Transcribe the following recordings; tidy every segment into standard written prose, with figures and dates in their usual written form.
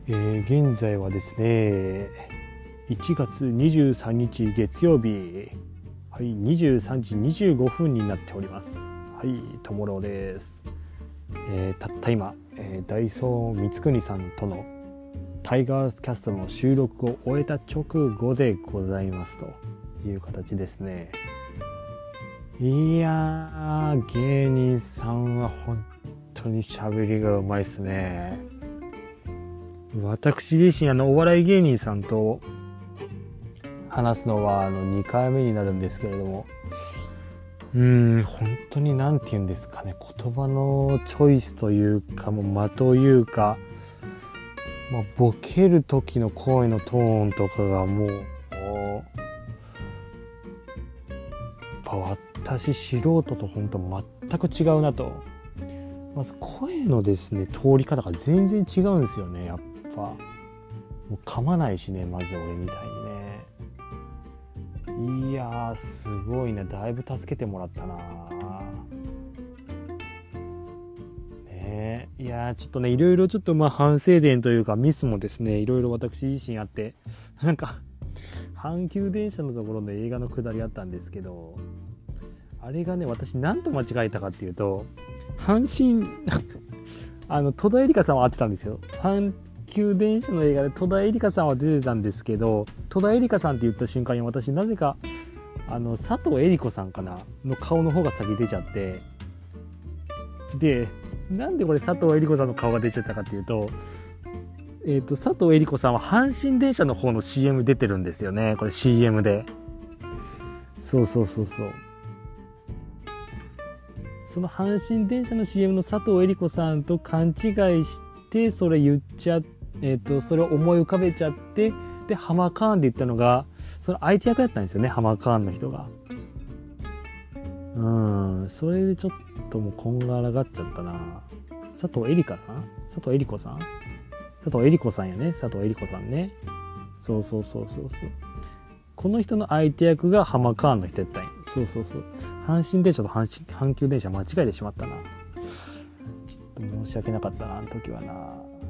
現在はですね、1月23日月曜日、はい、23時25分になっております。はい、ともろうです。たった今、ダイソー光國さんとのタイガースキャストの収録を終えた直後でございますという形ですね。いやー、芸人さんは本当に喋りがうまいですね。私自身お笑い芸人さんと話すのは2回目になるんですけれども、本当になんて言うんですかね、言葉のチョイスというか、もう間というか、ボケる時の声のトーンとかがもう私素人と本当全く違うなと。まず声のですね通り方が全然違うんですよね。やっぱもう噛まないしね、まず俺みたいにね。いやーすごいな、だいぶ助けてもらったなね。いやーちょっとね、いろいろちょっと反省点というかミスもですね、いろいろ私自身あって、なんか阪急電車のところの映画のくだりあったんですけど、あれがね、私何と間違えたかっていうと、阪神戸田恵梨香さんは会ってたんですよ。阪急電車の映画で戸田恵梨香さんは出てたんですけど、戸田恵梨香さんって言った瞬間に私なぜか佐藤恵梨子さんかなの顔の方が先出ちゃって、でなんでこれ佐藤恵梨子さんの顔が出ちゃったかっていうと、佐藤恵梨子さんは阪神電車の方の CM 出てるんですよね。これ CM で、そうその阪神電車の CM の佐藤恵梨子さんと勘違いしてそれ言っちゃそれを思い浮かべちゃって、でハマカーンって言ったのがその相手役だったんですよね、ハマカーンの人が。それでちょっともうこんがらがっちゃったな。佐藤恵梨香さん、佐藤恵梨子さん、佐藤恵梨子さんやね、佐藤恵梨子さんね。そうこの人の相手役がハマカーンの人やったんや。そう阪神電車と阪急電車間違えてしまったな。ちょっと申し訳なかったな、あの時はな。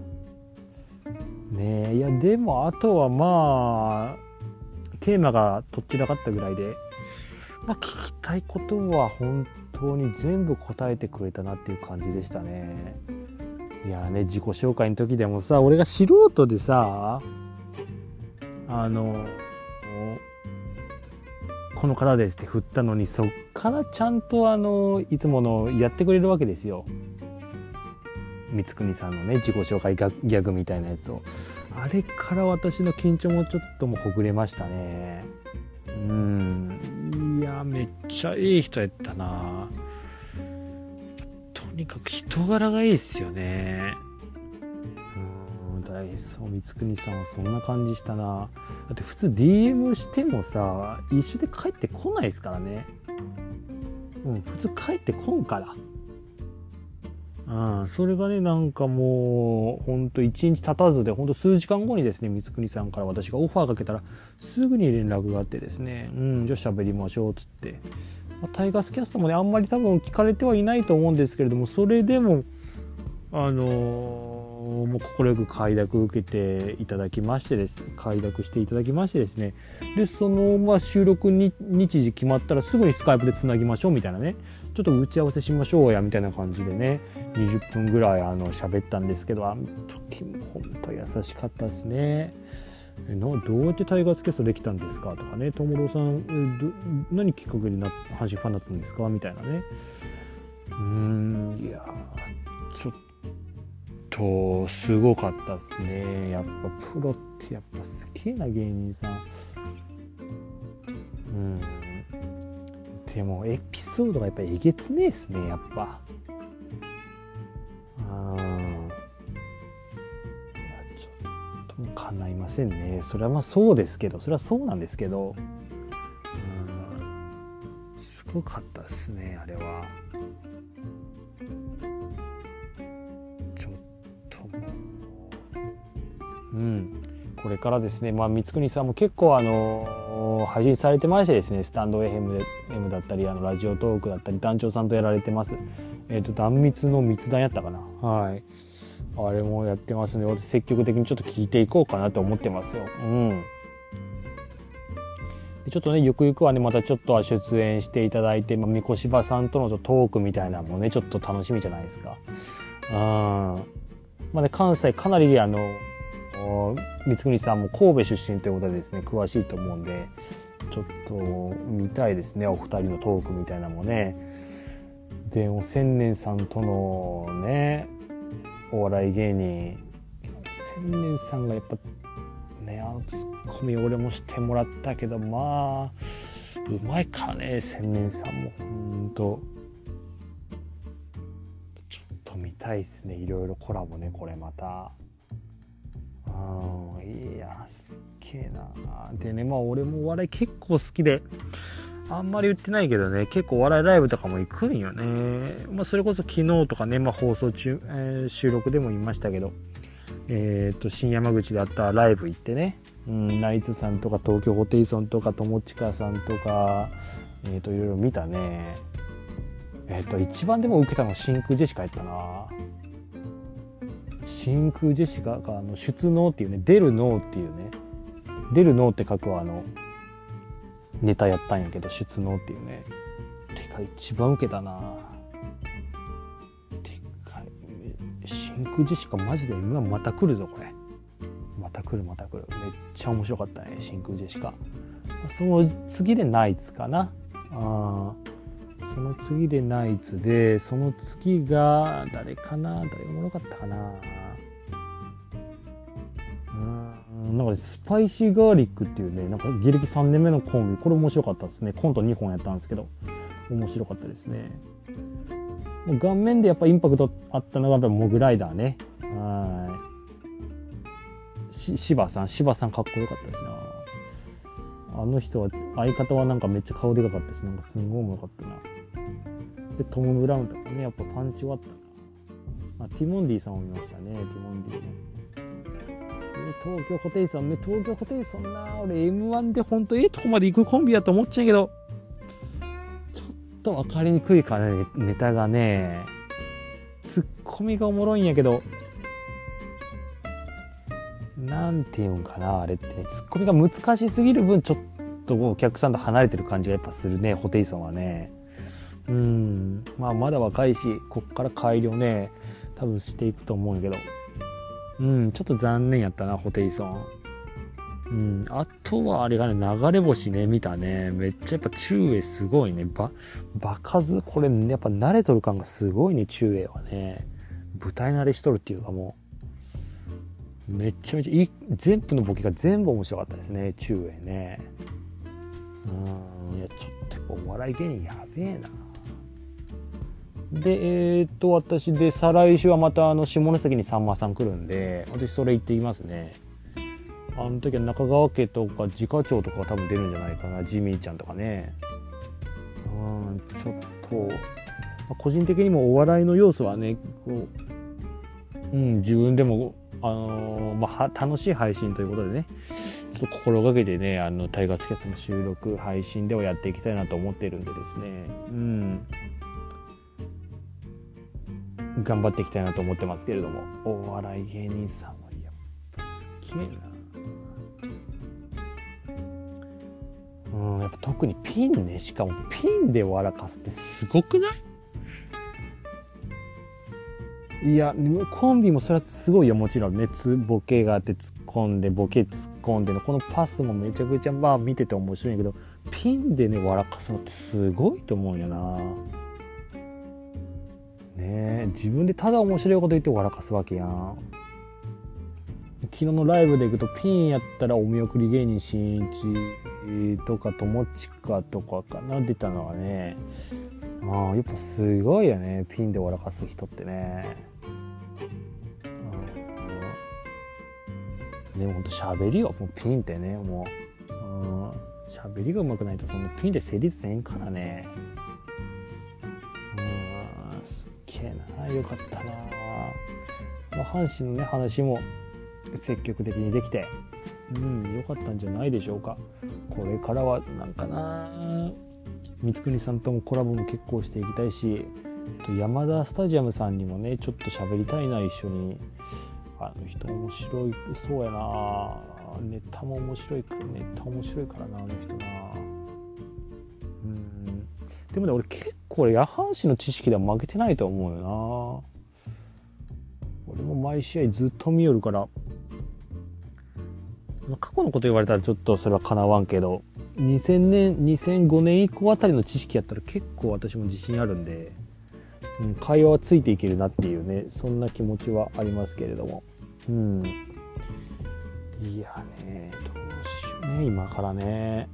ねえ、いやでもあとはテーマがとっちらかったぐらいで、聞きたいことは本当に全部答えてくれたなっていう感じでしたね。いやね、自己紹介の時でもさ、俺が素人でさ、この方ですって振ったのに、そっからちゃんといつものやってくれるわけですよ。光國さんのね、自己紹介ギャグみたいなやつを。あれから私の緊張もちょっともほぐれましたね。いやめっちゃいい人やったな。とにかく人柄がいいっすよね。ダイソー光國さんはそんな感じしたな。だって普通 DM してもさ、一緒で帰ってこないですからね。普通帰ってこんから。それがね、なんかもうほんと1日経たずで、ほんと数時間後にですね、光國さんから私がオファーかけたらすぐに連絡があってですね、じゃあ喋りましょうっつって、タイガースキャストもね、あんまり多分聞かれてはいないと思うんですけれども、それでももう快く快諾受けていただきましてです、快諾していただきましてですね、でその収録に日時決まったらすぐにスカイプでつなぎましょうみたいなね、ちょっと打ち合わせしましょうやみたいな感じでね、20分ぐらい喋ったんですけど、あの時も本当優しかったですね。どうやってタイガースキャストできたんですかとかね、ともろさん何きっかけに阪神ファンだったんですかみたいなね。いやちょっとすごかったですね。やっぱプロってやっぱ好きな芸人さん。でもエピソードがやっぱりえげつねえっすね、やっぱ。ちょっともう叶いませんね。それはそうですけど、それはそうなんですけど、すごかったですね、あれは。これからですね、光國さんも結構配信されてましてですね、スタンド FM だったりラジオトークだったり団長さんとやられてます。断蜜の密談やったかな。はい。 あれもやってますね。私積極的にちょっと聞いていこうかなと思ってますよ。でちょっとね、ゆくゆくはね、またちょっとは出演していただいて、三越柴さんとのトークみたいなのもね、ちょっと楽しみじゃないですか。関西かなり三國さんも神戸出身ということでですね、詳しいと思うんで、ちょっと見たいですね、お二人のトークみたいなのもね。でも千年さんとのね、お笑い芸人、千年さんがやっぱね、ツッコミ俺もしてもらったけど、うまいからね、千年さんもほんとちょっと見たいっすね、いろいろコラボね、これまた。いやすっげえな。でね、俺もお笑い結構好きで、あんまり言ってないけどね、結構お笑いライブとかも行くんよね。それこそ昨日とかね、放送中、収録でも言いましたけど、新山口であったライブ行ってね、ナイツさんとか東京ホテイソンとか友近さんとか、いろいろ見たね。一番でも受けたのは真空ジェシカやったな。真空ジェシカが出能っていうね、出る能っていうね、出る能って書くネタやったんやけど、出能っていうね、てか一番受けたな。てか真空ジェシカマジで今また来るぞこれ。また来るめっちゃ面白かったね、真空ジェシカ。その次でナイツかな。その次でナイツで、その次が誰かな、誰おもろかったかな。なんかスパイシーガーリックっていうね、なんか芸歴3年目のコンビ、これ面白かったですね。コント2本やったんですけど、面白かったですね。もう顔面でやっぱインパクトあったのがやっぱモグライダーね。柴さんかっこよかったしな。あの人は、相方はなんかめっちゃ顔でかかったし、なんかすんごいおもろかったな。でトム・ブラウンとかね、やっぱパンチはあったな。ティモンディさんを見ましたね。ティモンディね。東京ホテイソンね、東京ホテイソンな、俺 M1 でほんととこまで行くコンビだと思っちゃうけど、ちょっと分かりにくいからね、ネタがね、ツッコミがおもろいんやけど、なんていうんかな、あれってツッコミが難しすぎる分、ちょっとお客さんと離れてる感じがやっぱするね、ホテイソンはね。まだ若いし、こっから改良ね、多分していくと思うんやけど、ちょっと残念やったな、ホテイソン。あとはあれがね、流れ星ね、見たね。めっちゃやっぱ中英すごいね。場数、これ、やっぱ慣れとる感がすごいね、中英はね。舞台慣れしとるっていうかもう、めちゃめちゃ全部のボケが全部面白かったですね、中英ね。いや、ちょっとやっぱお笑い芸人やべえな。で、私で、再来週はまた下関にさんまさん来るんで、私それ行っていますね。あの時は中川家とか自家長とかが多分出るんじゃないかな、ジミーちゃんとかね。ちょっと、個人的にもお笑いの要素はね、自分でも、楽しい配信ということでね、ちょっと心がけてね、タイガースキャストの収録、配信ではやっていきたいなと思っているんでですね、頑張っていきたいなと思ってますけれども、お笑い芸人さんはやっぱすげえな。やっぱ特にピンね、しかもピンで笑かすってすごくない？いや、コンビもそれはすごいよ、もちろんね。ボケがあって突っ込んで、ボケ突っ込んでの、このパスもめちゃくちゃ見てて面白いんやけど、ピンでね、笑かすのってすごいと思うんやな。ねえ、自分でただ面白いこと言って笑かすわけやん。昨日のライブで行くとピンやったらお見送り芸人しんいちとか友近とかかな、出たのはね。やっぱすごいよね、ピンで笑かす人ってね。でもほんと喋りよ、もうピンってね、もう喋りが上手くないとそのピンで成立せんからね。すっげえな、よかったな。阪神のね話も積極的にできて、よかったんじゃないでしょうか。これからはなんかな、光國さんともコラボも結構していきたいし、 山田スタジアムさんにもねちょっと喋りたいな、一緒に。あの人面白いそうやな、ネタも面白いからな、あの人な。でもね、俺結構八幡市の知識では負けてないと思うよな。俺も毎試合ずっと見よるから、過去のこと言われたらちょっとそれはかなわんけど、2000年2005年以降あたりの知識やったら結構私も自信あるんで、会話はついていけるなっていうね、そんな気持ちはありますけれども、いやね、どうしようね、今からね、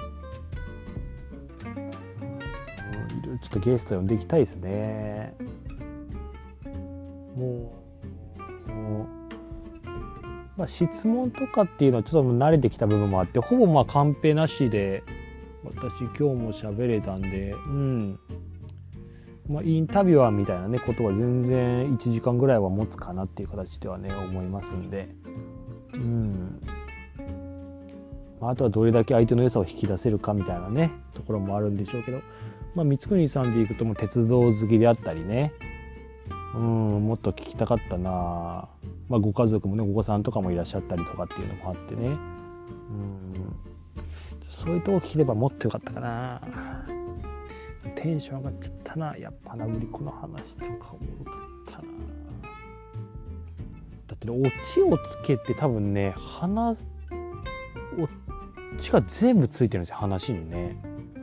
いろいろちょっとゲスト呼んでいきたいですね。質問とかっていうのはちょっと慣れてきた部分もあって、ほぼカンペなしで私今日も喋れたんで、インタビュアーみたいなねことは全然1時間ぐらいは持つかなっていう形ではね思いますんで、あとはどれだけ相手の良さを引き出せるかみたいなねところもあるんでしょうけど、光國さんでいくとも鉄道好きであったりね、もっと聞きたかったな。ご家族もね、お子さんとかもいらっしゃったりとかっていうのもあってね、そういうとこ聞ければもっとよかったかな。テンション上がっちゃったな。やっぱな、売り子の話とかおもろかったな。だってオチをつけて多分ね、オチが全部ついてるんですよ、話にね。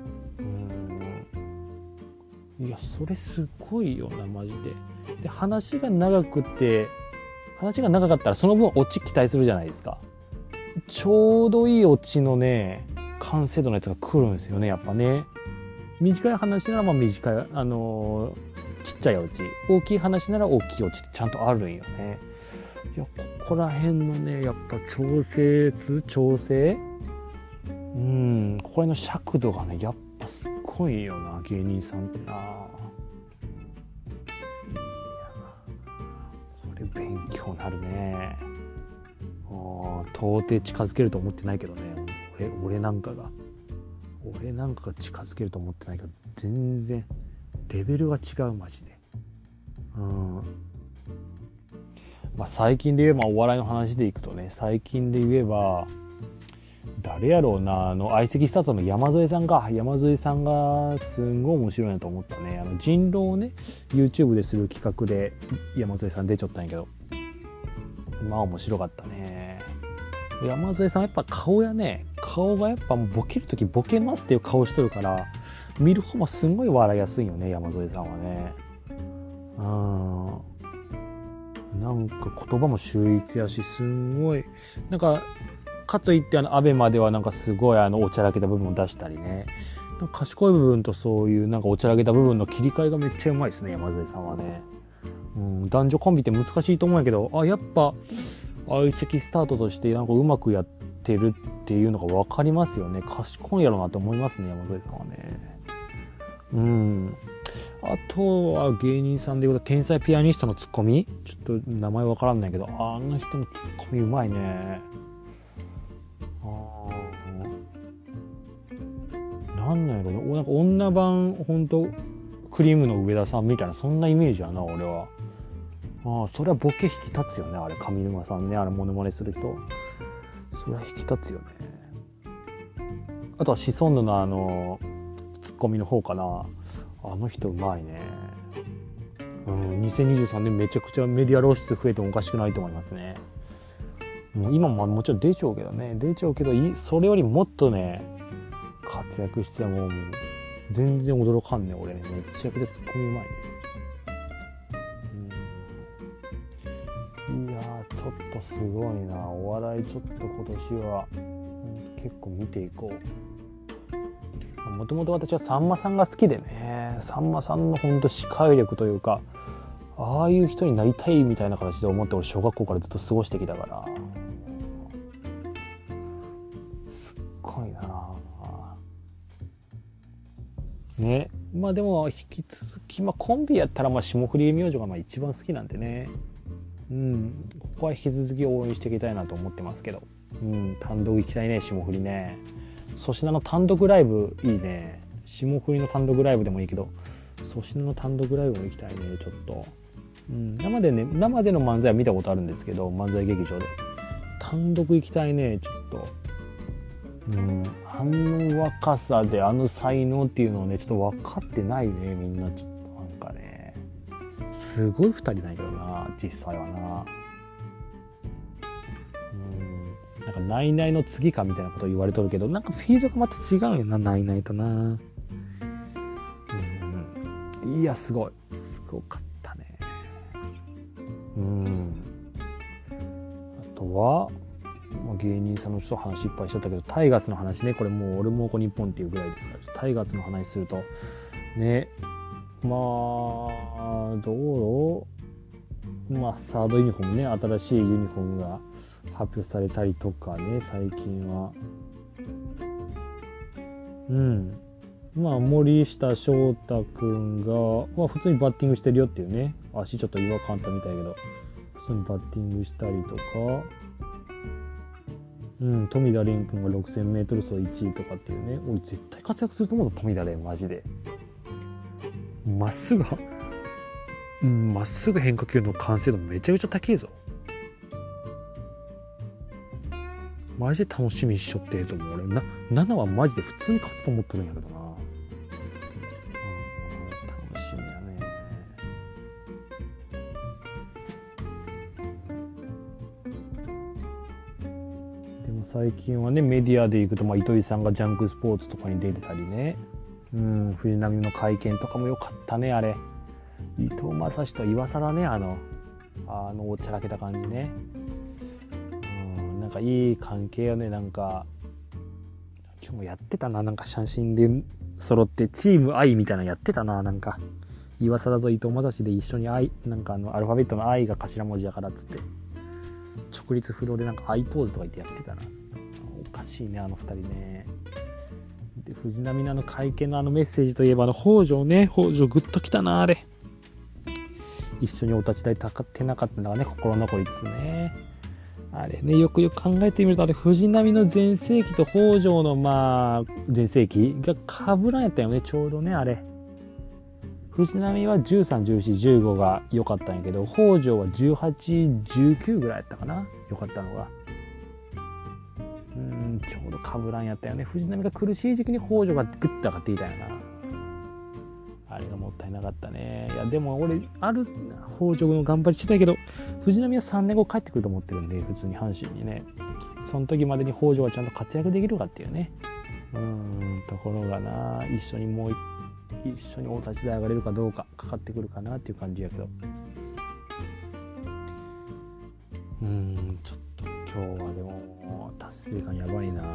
いや、それすごいよな、マジで。で、話が長かったらその分オチ期待するじゃないですか。ちょうどいいオチのね、完成度のやつが来るんですよね、やっぱね。短い話なら短い、ちっちゃいオチ。大きい話なら大きいオチってちゃんとあるんよね。いや、ここら辺のね、やっぱ調整ここら辺の尺度がね、やっぱすっごいよな、芸人さんってな。勉強になるね。到底近づけると思ってないけどね。俺なんかが近づけると思ってないけど、全然レベルが違う、マジで。最近で言えば、お笑いの話でいくとね、最近で言えば誰やろうな、相席スタートの山添さんがすんごい面白いなと思ったね。人狼をね YouTube でする企画で山添さん出ちゃったんやけど、面白かったね。山添さんはやっぱ顔がやっぱボケるときボケますっていう顔しとるから、見る方もすんごい笑いやすいよね、山添さんはね。なんか言葉も秀逸やし、すんごいかといってアベマではすごいおちゃらけた部分を出したりね、賢い部分とそういうおちゃらけた部分の切り替えがめっちゃうまいですね、山添さんはね。男女コンビって難しいと思うんやけど、やっぱ相席スタートとしてうまくやってるっていうのが分かりますよね。賢いやろうなと思いますね、山添さんはね。あとは芸人さんでいうと天才ピアニストのツッコミ、ちょっと名前分からんないけど、あの人のツッコミうまいね。なんなんやろな、女版ほんとクリームの上田さんみたいな、そんなイメージやな、俺は。それはボケ引き立つよね、あれ。上沼さんね、モノマネする人、それは引き立つよね。あとはシソンヌのツッコミの方かな、あの人うまいね。2023年めちゃくちゃメディア露出増えてもおかしくないと思いますね。今ももちろん出ちゃうけど、それよりもっとね活躍しても全然驚かんね。俺めちゃくちゃツッコミうまいね。いやー、ちょっとすごいな、お笑いちょっと今年は結構見ていこう。もともと私はさんまさんが好きでね、さんまさんのほんと視界力というか、ああいう人になりたいみたいな形で思って俺小学校からずっと過ごしてきたから、すっごいなね。でも引き続き、コンビやったら霜降り明星が一番好きなんでね、ここは引き続き応援していきたいなと思ってますけど、単独行きたいね、霜降りね。粗品の単独ライブいいね。霜降りの単独ライブでもいいけど、 粗品の単独ライブも行きたいねちょっと。生での漫才は見たことあるんですけど、漫才劇場で単独行きたいねちょっと。あの若さであの才能っていうのをねちょっと分かってないねみんな。ちょっとなんかねすごい2人なんやけどな実際はな。なんかナイナイの次かみたいなこと言われとるけど、なんかフィールドがまた違うんやなナイナイとな。いやすごかったね。あとは芸人さんのちょっと話いっぱいしちゃったけど、タイガースの話ね。これもう俺もこ日本っていうぐらいですから、タイガースの話するとね、サードユニフォームね、新しいユニフォームが発表されたりとかね、最近は森下翔太くんが、普通にバッティングしてるよっていうね。足ちょっと違和感あったみたいけど普通にバッティングしたりとか、富田蓮くんが 6000m 走1位とかっていうね。俺絶対活躍すると思うぞ富田蓮マジで。まっすぐ変化球の完成度めちゃくちゃ高いぞ。マジで楽しみにしちゃってと思う。俺7はマジで普通に勝つと思ってるんやけどな。楽しみやね。でも最近はねメディアで行くと、糸井さんがジャンクスポーツとかに出てたりね。藤波の会見とかも良かったねあれ。伊藤正史と岩佐だね、あのおっちゃらけた感じね。なんかいい関係よね。なんか今日もやってたな、なんか写真で揃ってチーム愛みたいなのやってたな。なんか岩佐と伊藤正史で一緒に愛、なんかアルファベットの愛が頭文字やからっつって直立不動でなんか愛ポーズとか言ってやってたな。おかしいねあの二人ね。で藤波の会見のメッセージといえば北条グッときたなあれ。一緒にお立ち台たかってなかったのがね心残りですね。あれね、よくよく考えてみると、あれ藤波の全盛期と北条の全盛期が被らんやったよねちょうどね。あれ藤波は13、14、15が良かったんやけど、北条は18、19ぐらいやったかな良かったのが。ちょうど被らんやったよね。藤波が苦しい時期に北条がグッと上がっていたよな。あれがもったいなかったね。いやでも俺北条の頑張りしたいけど、藤波は3年後帰ってくると思ってるんで、普通に阪神にね。その時までに北条はちゃんと活躍できるかっていうねところがな、一緒にお立ち台上がれるかどうかかかってくるかなっていう感じやけど、ちょっと今日はでも達成感やばいな。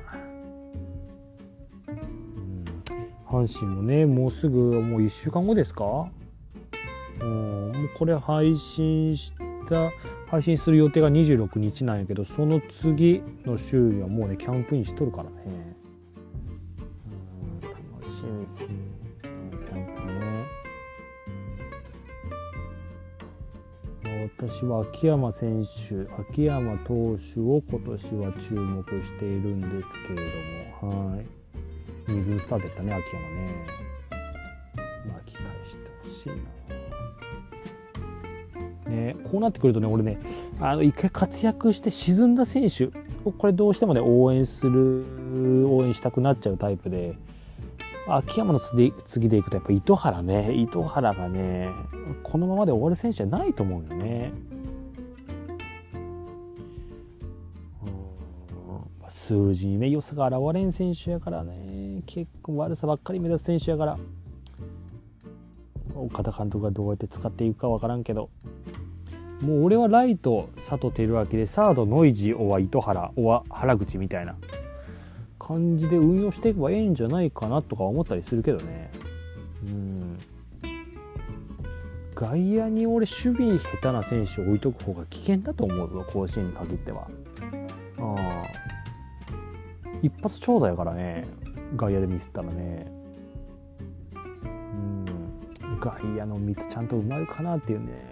阪神もねもうすぐもう1週間後ですか。もうこれ配信する予定が26日なんやけど、その次の週にはもうねキャンプインしとるからね。楽しみですねキャンプね。私は秋山投手を今年は注目しているんですけれども、2軍スタートやったね秋山ね。巻き返してほしいなね。こうなってくるとね俺ね一回活躍して沈んだ選手をこれどうしてもね応援したくなっちゃうタイプで、秋山の次でいくとやっぱ糸原がねこのままで終わる選手じゃないと思うよね。数字にね良さが現れん選手やからね、結構悪さばっかり目立つ選手やから、岡田監督がどうやって使っていくかわからんけど、もう俺はライト佐藤輝明でサードノイジーオア糸原オア原口みたいな感じで運用していけばええんじゃないかなとか思ったりするけどね。外野に俺守備下手な選手を置いとく方が危険だと思うぞ甲子園に限っては。一発長打やからね外野でミスったらね。外野の密ちゃんと埋まるかなっていうね。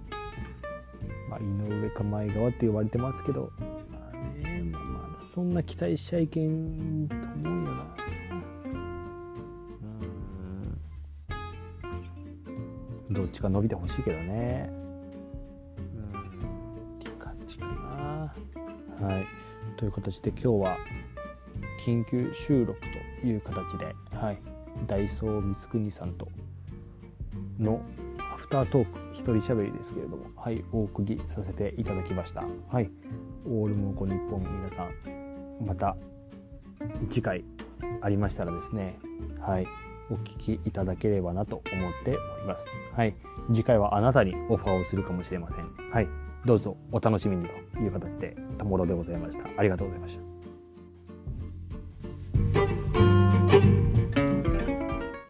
井上か前川って言われてますけど、まだそんな期待しちゃいけんと思うよな。 どっちか伸びてほしいけどね。っていう感じかな。はい。という形で今日は緊急収録という形で、はい、ダイソー光国さんとのアフタートーク一人喋りですけれども、はい、お送りさせていただきました。はい、オールモコ日本、皆さんまた次回ありましたらですね、はい、お聞きいただければなと思っております。はい、次回はあなたにオファーをするかもしれません。はい、どうぞお楽しみにという形でともろでございました。ありがとうございました。